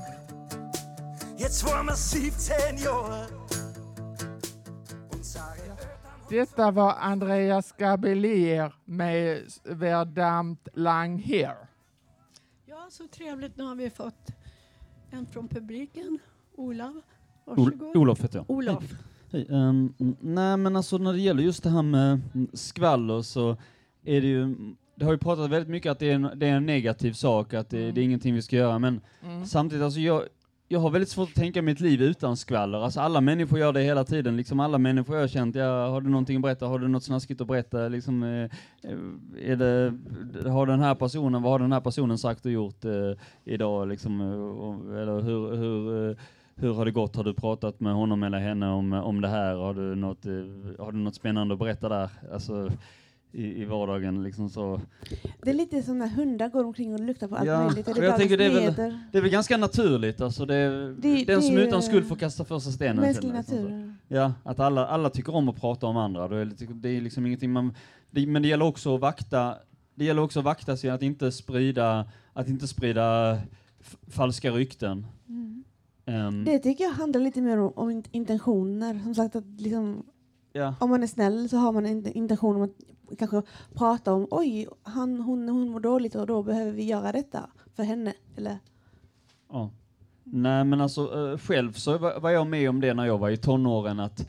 Speaker 14: Jetzt war man siebzehn Jahre.
Speaker 5: Detta var Andreas Gabelier med Verdammt lang hair.
Speaker 3: Ja, så trevligt. Nu har vi fått en från publiken. Olav,
Speaker 15: Ol-
Speaker 3: varsågod.
Speaker 15: Olof heter jag.
Speaker 3: Olof.
Speaker 15: Hej. Um, nej men alltså när det gäller just det här med mm, skvaller så är det ju, det har ju pratat väldigt mycket att det är en, det är en negativ sak, att det,
Speaker 5: Mm.
Speaker 15: det är ingenting vi ska göra, men
Speaker 5: Mm.
Speaker 15: samtidigt alltså jag, jag har väldigt svårt att tänka mitt liv utan skvaller. Alltså alla människor gör det hela tiden, liksom alla människor jag har känt, ja, har du någonting att berätta, har du något snaskigt att berätta, liksom, eh, är det, har den här personen, vad har den här personen sagt och gjort eh, idag, liksom, eh, och, eller hur, hur eh, hur har det gått? Har du pratat med honom eller henne om, om det här? Har du något, eh, har du något spännande att berätta där? Alltså i, i vardagen liksom så.
Speaker 6: Det är lite som när hundar går omkring och luktar på allt
Speaker 15: Ja,
Speaker 6: möjligt.
Speaker 15: och jag tänker det är, väl,
Speaker 6: Smeder.
Speaker 15: det är väl ganska naturligt. Alltså det,
Speaker 6: Det-
Speaker 15: den
Speaker 6: det
Speaker 15: som
Speaker 6: är
Speaker 15: är utan
Speaker 6: ju
Speaker 15: skuld får kasta första stenen.
Speaker 6: mänsklig
Speaker 15: sen, liksom,
Speaker 6: natur.
Speaker 15: så. Ja, att alla, alla tycker om att prata om andra. Då är det, det är liksom ingenting man, det, men det gäller också att vakta, det gäller också att vakta sig att inte sprida, att inte sprida f- falska rykten.
Speaker 6: Mm.
Speaker 15: Ehm,
Speaker 6: Det tycker jag handlar lite mer om, om int- intentioner. Som sagt, att liksom,
Speaker 15: ja.
Speaker 6: om man är snäll så har man en intention om att kanske prata om oj, han, hon, hon mår dåligt och då behöver vi göra detta för henne. Eller?
Speaker 15: Ja. Nej men alltså eh, själv så var, var jag med om det när jag var i tonåren att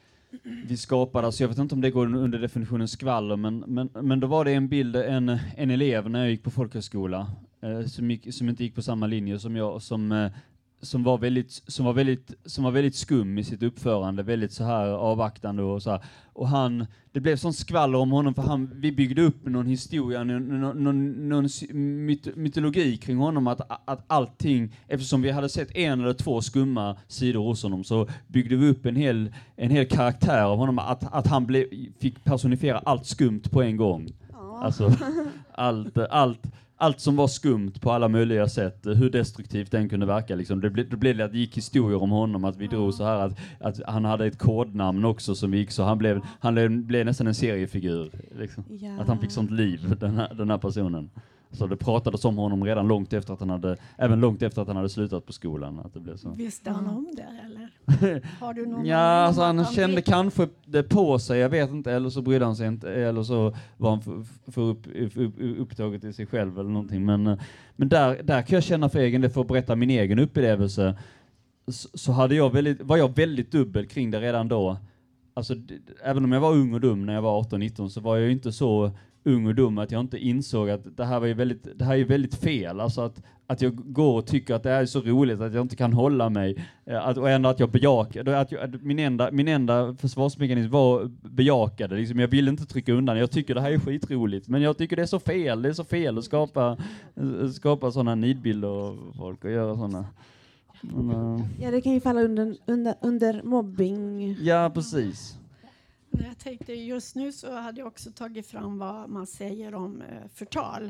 Speaker 15: vi skapade, alltså jag vet inte om det går under definitionen skvaller, men, men, men då var det en bild, en, en elev när jag gick på folkhögskola eh, som, gick, som inte gick på samma linje som jag, som, eh, som, var väldigt, som, var väldigt, som var väldigt skum i sitt uppförande, väldigt så här avvaktande och så här. Och han, det blev sån skvaller om honom för han, vi byggde upp någon historia, någon, någon, någon, någon myt, mytologi kring honom att, att allting, eftersom vi hade sett en eller två skumma sidor hos honom så byggde vi upp en hel, en hel karaktär av honom, att, att han blev, fick personifiera allt skumt på en gång. Alltså allt, allt allt som var skumt på alla möjliga sätt, hur destruktivt den kunde verka. Liksom. Det, ble, det blev det att det gick historier om honom, att vi drog så här att, att han hade ett kodnamn också som gick så han blev, han blev, blev nästan en seriefigur. Liksom.
Speaker 6: Ja.
Speaker 15: Att han fick sånt liv, den här, den här personen. Så det pratades om honom redan långt efter att han hade, även långt efter att han hade slutat på skolan. Att det blev så.
Speaker 3: Visste han om det eller? Har du någon
Speaker 15: Ja,
Speaker 3: aning om
Speaker 15: alltså
Speaker 3: att
Speaker 15: han kände
Speaker 3: vet?
Speaker 15: kanske det på sig, jag vet inte, eller så brydde han sig inte, eller så var han för, för upp, upp, upp, upptaget i sig själv eller någonting. Men, eh, men där, där kan jag känna för egen del, för att berätta min egen upplevelse, så, så hade jag väldigt, var jag väldigt dubbel kring det redan då. Alltså, d- även om jag var ung och dum när jag var arton nitton så var jag ju inte så ung och dum att jag inte insåg att det här var ju väldigt, det här är ju väldigt fel. Alltså att, att jag går och tycker att det är så roligt att jag inte kan hålla mig. Eh, Att, och ändå att jag bejakade. Att jag, att min, enda, min enda försvarsmekanism var bejakade. Liksom jag ville inte trycka undan. Jag tycker det här är skitroligt. Men jag tycker det är så fel. Det är så fel att skapa, eh, skapa sådana nidbilder av folk och göra sådana. Men, eh,
Speaker 6: Ja, det kan ju falla under, under, under mobbing.
Speaker 15: ja, precis.
Speaker 3: Men jag tänkte just nu så hade jag också tagit fram vad man säger om eh, förtal.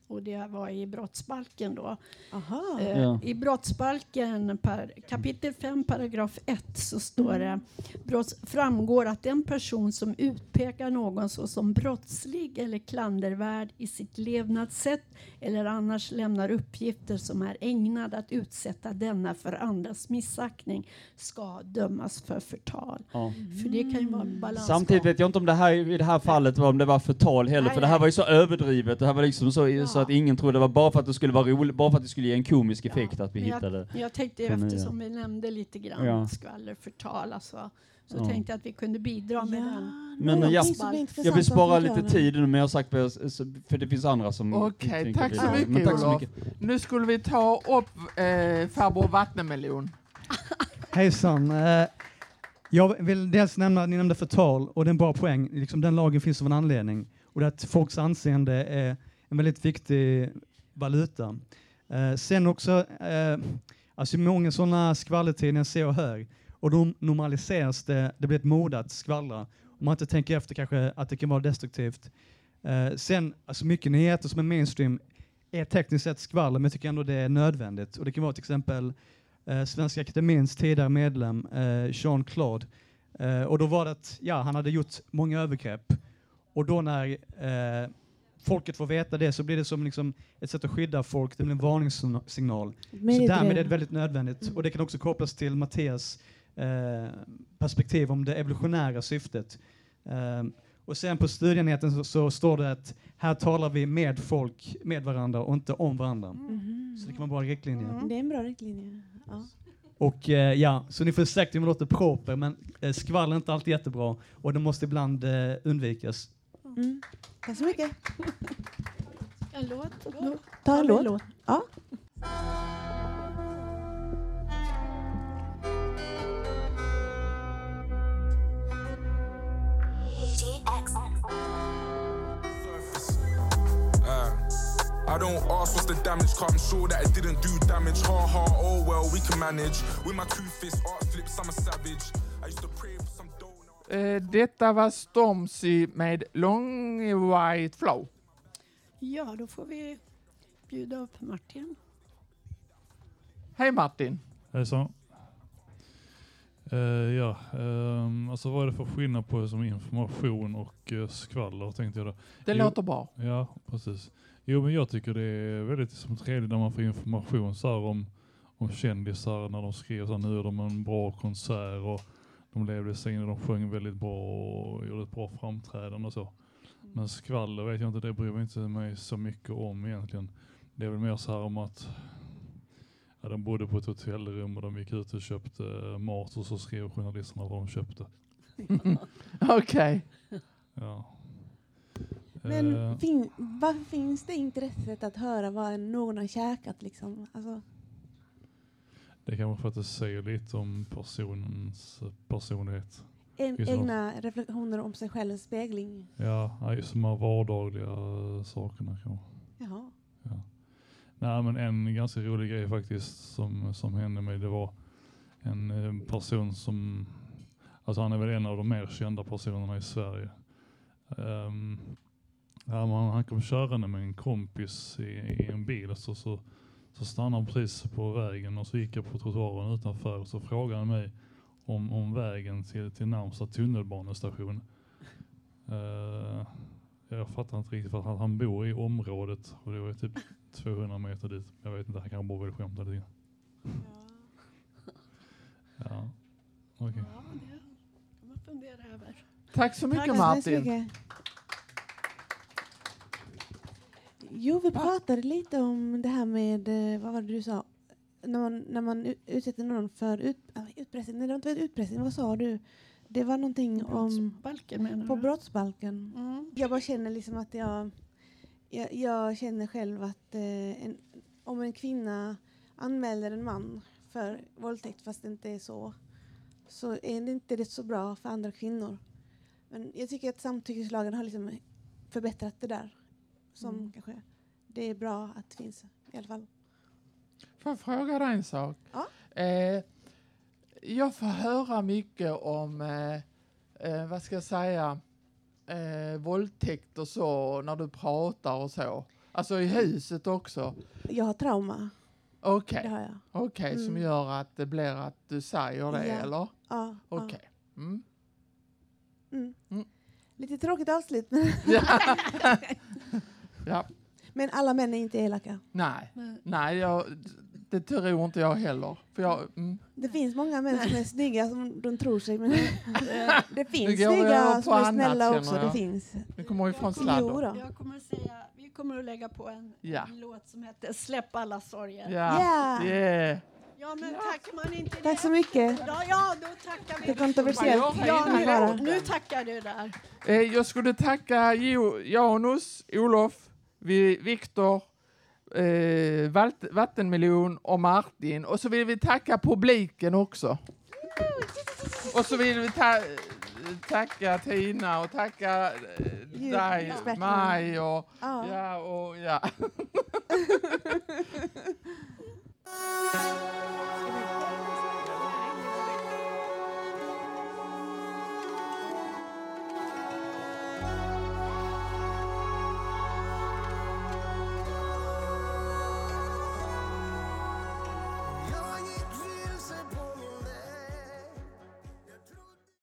Speaker 3: Och det var i brottsbalken då.
Speaker 6: Aha.
Speaker 3: Eh,
Speaker 15: Ja.
Speaker 3: I brottsbalken per, kapitel fem paragraf ett så står
Speaker 6: Mm.
Speaker 3: det brotts, framgår att den person som utpekar någon så som brottslig eller klandervärd i sitt levnadssätt eller annars lämnar uppgifter som är ägnade att utsätta denna för andras missaktning ska dömas för förtal.
Speaker 15: Ja.
Speaker 3: För det kan ju vara en balans.
Speaker 15: Samtidigt vet jag inte om det här i det här fallet var om det var förtal heller,
Speaker 3: Nej,
Speaker 15: för det här
Speaker 3: nej.
Speaker 15: var ju så överdrivet. Det här var liksom så,
Speaker 3: Ja.
Speaker 15: så att ingen trodde det var bara för att det skulle vara roligt, bara för att det skulle ge en komisk effekt att vi
Speaker 3: Men
Speaker 15: hittade.
Speaker 3: Jag, jag tänkte
Speaker 15: på nya.
Speaker 3: eftersom vi nämnde lite grann
Speaker 15: Ja.
Speaker 3: skvaller, förtal, alltså, så
Speaker 15: Ja.
Speaker 3: tänkte jag att vi kunde bidra med den.
Speaker 15: Men
Speaker 6: det
Speaker 15: jag,
Speaker 6: finns så intressant
Speaker 15: jag vill spara
Speaker 6: att
Speaker 15: lite
Speaker 6: förklara.
Speaker 15: tid nu, men jag har sagt vad jag- så- för det finns andra som...
Speaker 5: Okej,
Speaker 15: tänker
Speaker 5: tack så
Speaker 15: vidare.
Speaker 5: mycket
Speaker 15: Men tack så
Speaker 5: Olof.
Speaker 15: mycket.
Speaker 5: Nu skulle vi ta upp eh, farbror Vattenmelon.
Speaker 16: Hejsan. Eh, jag vill dels nämna att ni nämnde förtal och det är en bra poäng. Liksom, den lagen finns av en anledning. Och det är att folks anseende är en väldigt viktig valuta. Eh, sen också, eh, alltså många sådana skvallertidningar ser och hör. Och då normaliseras det, det blir ett mode att skvallra. Om man inte tänker efter kanske att det kan vara destruktivt. Eh, sen, alltså mycket nyheter som är mainstream är tekniskt sett skvaller, men jag tycker ändå det är nödvändigt. Och det kan vara till exempel eh, Svenska Akademins tidigare medlem eh, Jean-Claude. Eh, och då var det att ja, han hade gjort många övergrepp. Och då när eh, folket får veta det så blir det som liksom ett sätt att skydda folk. Det blir en varningssignal.
Speaker 6: Men
Speaker 16: så
Speaker 6: det är
Speaker 16: därmed
Speaker 6: det.
Speaker 16: är det väldigt nödvändigt. Och det kan också kopplas till Mattias eh, perspektiv om det evolutionära syftet. Eh, och sen på studienheten så, så står det att här talar vi med folk, med varandra och inte om varandra.
Speaker 6: Mhm.
Speaker 16: Så det kan vara bra riktlinjer.
Speaker 6: Det är en bra riktlinje. Ja.
Speaker 16: Och eh, ja, så ni får säkert om det låter proper, men eh, skvaller är inte alltid jättebra och det måste ibland eh, undvikas.
Speaker 6: Mm. Tack så mycket.
Speaker 3: En låt. Då
Speaker 6: Ta
Speaker 3: tar
Speaker 6: en
Speaker 3: vi
Speaker 6: låt.
Speaker 3: låt.
Speaker 6: Ja.
Speaker 17: Uh, I don't ask what's the damage, cause I'm sure that it didn't do damage. Ha ha, oh well, we can manage. With my two fists, art flips, I'm a savage. I used to pray for some dough.
Speaker 5: Eh, detta var Stormzy med Long White Flow.
Speaker 3: Ja, då får vi bjuda upp Martin.
Speaker 5: Hej Martin.
Speaker 18: Hejsan. Uh, ja, um, alltså vad är det för skillnad på som information och uh, skvaller, tänkte jag då.
Speaker 5: Det
Speaker 18: jo,
Speaker 5: låter bra.
Speaker 18: Ja, precis. Jo, men jag tycker det är väldigt som trevligt när man får information så här om, om kändisar när de skrev så här, nu är de en bra konsert och de levde scenen, de sjöng väldigt bra och gjorde ett bra framträdande och så. Men skvaller vet jag inte, det bryr mig inte mig så mycket om egentligen. Det är väl mer så här om att ja, de bodde på ett hotellrum och de gick ut och köpte mat och så skrev journalisterna vad de köpte.
Speaker 5: Okej.
Speaker 18: Ja.
Speaker 6: Men
Speaker 18: Eh,
Speaker 6: fin, varför finns det intresset att höra vad någon har käkat liksom? Alltså,
Speaker 18: det kan vara för att det säger lite om personens personlighet.
Speaker 6: en,
Speaker 18: Just
Speaker 6: egna reflektioner om sig själv, spegling.
Speaker 18: Ja, ja, just de här vardagliga sakerna kanske.
Speaker 6: Jaha.
Speaker 18: Ja. Nej, men en ganska rolig grej faktiskt som, som hände mig, det var en eh, person som, alltså han är väl en av de mer kända personerna i Sverige. Um, ja, man, han kom körande med en kompis i, i en bil så, så, så stannade han precis på vägen och så gick jag på trottoaren utanför och så frågade han mig om, om vägen till, till närmsta tunnelbanestation. Uh, jag fattar inte riktigt för att han, han bor i området och det var typ tvåhundra meter dit. Jag vet inte, han kan bara väl skämta lite. Ja, okej. Okay.
Speaker 3: Ja, det kan man fundera över.
Speaker 5: Tack så mycket
Speaker 6: Tack
Speaker 5: Martin.
Speaker 6: så mycket. Jo, vi pratade lite om det här med, eh, vad var det du sa? När man, när man u- utsätter någon för ut, äh, utpressning, nej det var inte utpressning, vad sa du? Det var någonting om...
Speaker 3: Brottsbalken menar
Speaker 6: På
Speaker 3: du?
Speaker 6: brottsbalken.
Speaker 3: Mm.
Speaker 6: Jag bara känner liksom att jag, jag, jag känner själv att eh, en, om en kvinna anmäler en man för våldtäkt fast det inte är så, så är det inte det så bra för andra kvinnor. Men jag tycker att samtyckeslagen har liksom förbättrat det där. Som
Speaker 3: Mm.
Speaker 6: kanske det är bra att det finns i alla fall.
Speaker 5: Får jag fråga dig en sak?
Speaker 6: Ja.
Speaker 5: Eh, jag får höra mycket om, eh, eh, vad ska jag säga, eh, våldtäkt och så när du pratar och så. Alltså i huset också?
Speaker 6: Jag har trauma.
Speaker 5: Okej,
Speaker 6: Det har jag.
Speaker 5: okej, som
Speaker 6: Mm.
Speaker 5: gör att det blir att du säger det,
Speaker 6: Ja.
Speaker 5: eller?
Speaker 6: Ja.
Speaker 5: Okej. Mm.
Speaker 6: Mm.
Speaker 5: Mm.
Speaker 6: Lite tråkigt avslut. Men,
Speaker 5: Ja.
Speaker 6: men alla män är inte elaka.
Speaker 5: Nej,
Speaker 3: Nej.
Speaker 5: nej jag, det tror inte jag heller. För jag, mm.
Speaker 6: Det finns många män som är snygga som de tror sig. Men det finns
Speaker 5: Nu går vi över
Speaker 6: snygga
Speaker 5: på
Speaker 6: som är
Speaker 5: annat,
Speaker 6: snälla
Speaker 5: känner
Speaker 6: också.
Speaker 5: jag.
Speaker 6: Det finns.
Speaker 5: Det kommer ju från
Speaker 6: Jo
Speaker 5: sladder.
Speaker 6: då.
Speaker 3: Jag kommer säga, vi kommer att lägga på en,
Speaker 5: Ja.
Speaker 3: en låt som heter Släpp alla sorger.
Speaker 5: Ja,
Speaker 6: Ja.
Speaker 5: yeah.
Speaker 3: Ja, men tack man inte det.
Speaker 6: Tack så mycket.
Speaker 3: Ja, ja, då tackar vi.
Speaker 6: Det är kontroversiellt.
Speaker 3: Ja,
Speaker 6: Bara.
Speaker 3: nu, nu tackar du där.
Speaker 5: Eh, jag skulle tacka jo, Janus, Olof, Vi, Viktor, eh, Valt, Vattenmelon och Martin. Och så vill vi tacka publiken också. Och så vill vi ta, tacka Tina och tacka eh,
Speaker 6: Ju-
Speaker 5: dig,
Speaker 6: experterna.
Speaker 5: Maj och
Speaker 6: Ja.
Speaker 5: ja, och ja.
Speaker 6: Ska vi